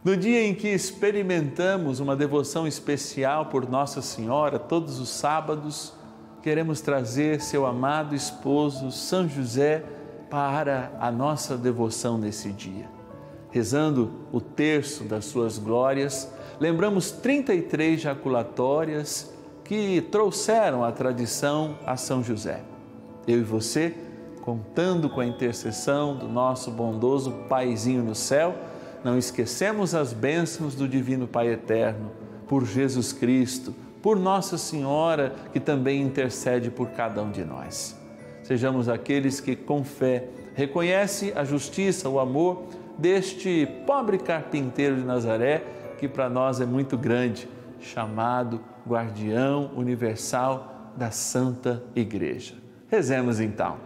No dia em que experimentamos uma devoção especial por Nossa Senhora, todos os sábados, queremos trazer seu amado esposo, São José, para a nossa devoção nesse dia. Rezando o terço das suas glórias, lembramos 33 jaculatórias que trouxeram a tradição a São José. Eu e você, contando com a intercessão do nosso bondoso Paizinho no céu, não esquecemos as bênçãos do Divino Pai Eterno, por Jesus Cristo, por Nossa Senhora, que também intercede por cada um de nós. Sejamos aqueles que, com fé, reconhecem a justiça, o amor deste pobre carpinteiro de Nazaré, que para nós é muito grande, chamado Guardião Universal da Santa Igreja. Rezemos então.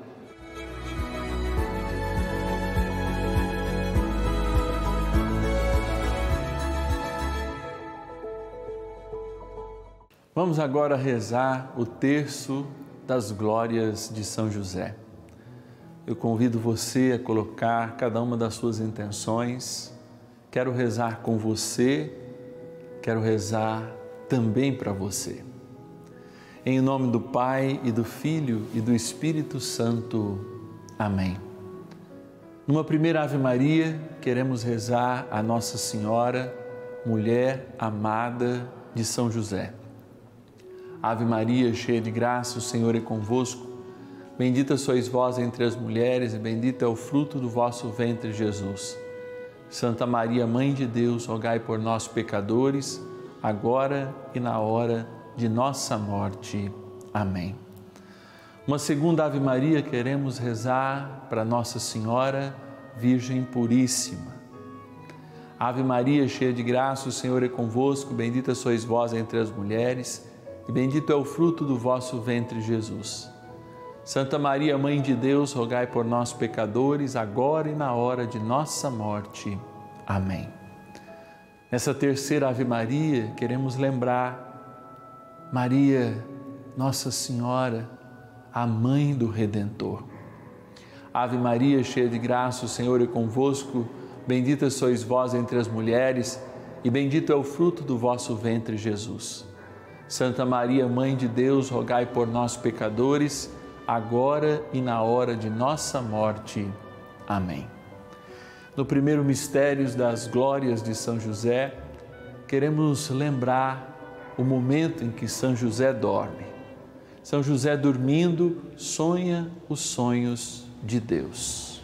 Vamos agora rezar o terço das glórias de São José. Eu convido você a colocar cada uma das suas intenções. Quero rezar com você, quero rezar também para você. Em nome do Pai e do Filho e do Espírito Santo. Amém. Numa primeira Ave Maria, queremos rezar a Nossa Senhora, mulher amada de São José. Ave Maria, cheia de graça, o Senhor é convosco. Bendita sois vós entre as mulheres e bendito é o fruto do vosso ventre, Jesus. Santa Maria, Mãe de Deus, rogai por nós, pecadores, agora e na hora de nossa morte. Amém. Uma segunda Ave Maria queremos rezar para Nossa Senhora, Virgem Puríssima. Ave Maria, cheia de graça, o Senhor é convosco. Bendita sois vós entre as mulheres e bendito é o fruto do vosso ventre, Jesus. Santa Maria, Mãe de Deus, rogai por nós, pecadores, agora e na hora de nossa morte. Amém. Nessa terceira Ave Maria, queremos lembrar Maria, Nossa Senhora, a Mãe do Redentor. Ave Maria, cheia de graça, o Senhor é convosco. Bendita sois vós entre as mulheres e bendito é o fruto do vosso ventre, Jesus. Santa Maria, Mãe de Deus, rogai por nós, pecadores, agora e na hora de nossa morte. Amém. No primeiro mistério das glórias de São José, queremos lembrar o momento em que São José dorme. São José dormindo sonha os sonhos de Deus.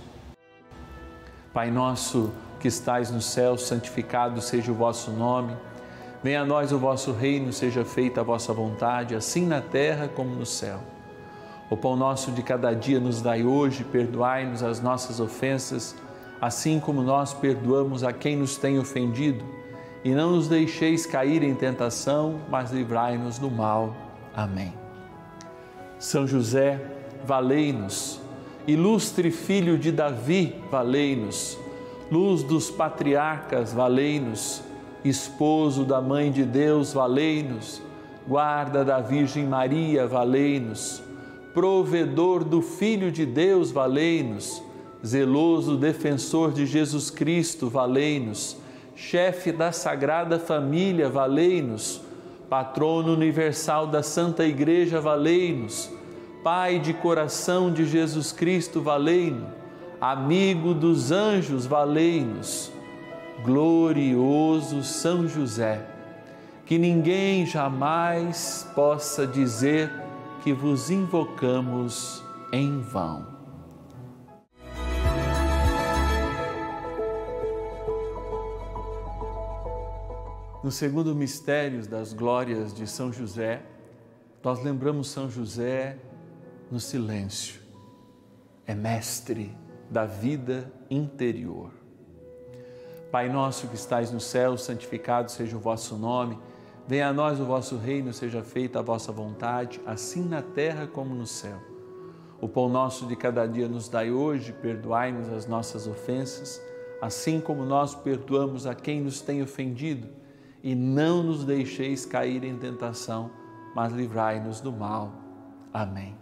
Pai nosso que estais no céu, santificado seja o vosso nome. Venha a nós o vosso reino, seja feita a vossa vontade, assim na terra como no céu. O pão nosso de cada dia nos dai hoje, perdoai-nos as nossas ofensas, assim como nós perdoamos a quem nos tem ofendido. E não nos deixeis cair em tentação, mas livrai-nos do mal. Amém. São José, valei-nos. Ilustre filho de Davi, valei-nos. Luz dos patriarcas, valei-nos. Esposo da Mãe de Deus, valei-nos. Guarda da Virgem Maria, valei-nos. Provedor do Filho de Deus, valei-nos. Zeloso defensor de Jesus Cristo, valei-nos. Chefe da Sagrada Família, valei-nos. Patrono universal da Santa Igreja, valei-nos. Pai de coração de Jesus Cristo, valei-nos. Amigo dos anjos, valei-nos. Glorioso São José, que ninguém jamais possa dizer que vos invocamos em vão. No segundo mistério das glórias de São José, nós lembramos São José no silêncio. É mestre da vida interior. Pai nosso que estais no céu, santificado seja o vosso nome. Venha a nós o vosso reino, seja feita a vossa vontade, assim na terra como no céu. O pão nosso de cada dia nos dai hoje, perdoai-nos as nossas ofensas, assim como nós perdoamos a quem nos tem ofendido. E não nos deixeis cair em tentação, mas livrai-nos do mal. Amém.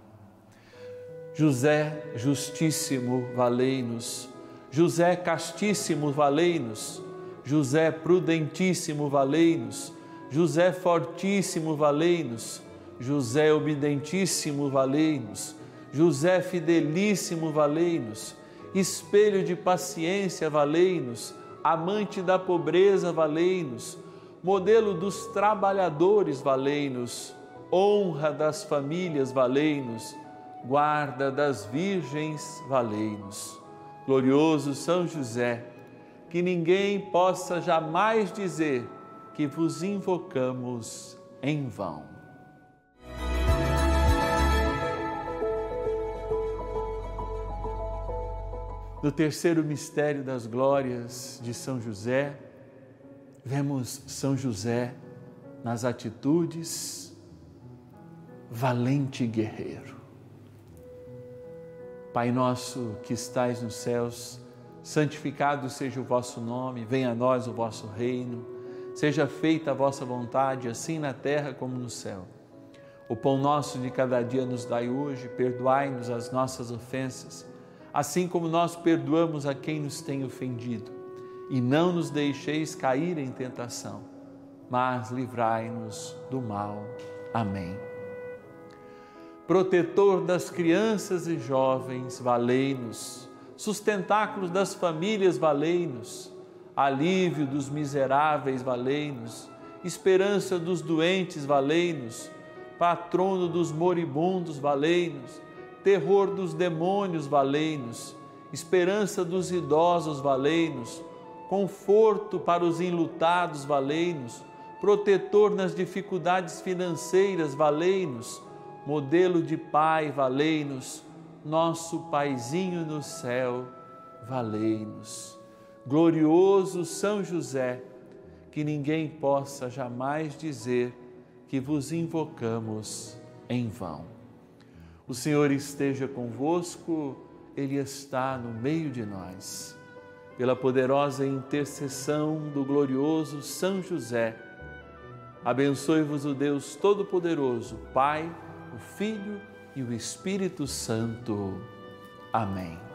José justíssimo, valei-nos. José castíssimo, valei-nos. José prudentíssimo, valei-nos. José fortíssimo, valei-nos. José obedientíssimo, valei-nos. José fidelíssimo, valei-nos. Espelho de paciência, valei-nos. Amante da pobreza, valei-nos. Modelo dos trabalhadores, valei-nos. Honra das famílias, valei-nos. Guarda das virgens, valei-nos. Glorioso São José, que ninguém possa jamais dizer que vos invocamos em vão. No terceiro mistério das glórias de São José, vemos São José nas atitudes, valente guerreiro. Pai nosso que estais nos céus, santificado seja o vosso nome, venha a nós o vosso reino, seja feita a vossa vontade, assim na terra como no céu. O pão nosso de cada dia nos dai hoje, perdoai-nos as nossas ofensas, assim como nós perdoamos a quem nos tem ofendido. E não nos deixeis cair em tentação, mas livrai-nos do mal. Amém. Protetor das crianças e jovens, valei-nos. Sustentáculos das famílias, valei-nos. Alívio dos miseráveis, valei-nos. Esperança dos doentes, valei-nos. Patrono dos moribundos, valei-nos. Terror dos demônios, valei-nos. Esperança dos idosos, valei-nos. Conforto para os enlutados, valei-nos. Protetor nas dificuldades financeiras, valei-nos. Modelo de Pai, valei-nos. Nosso Paizinho no céu, valei-nos. Glorioso São José, que ninguém possa jamais dizer que vos invocamos em vão. O Senhor esteja convosco, Ele está no meio de nós. Pela poderosa intercessão do glorioso São José, abençoe-vos o Deus Todo-Poderoso, Pai, o Filho e o Espírito Santo. Amém.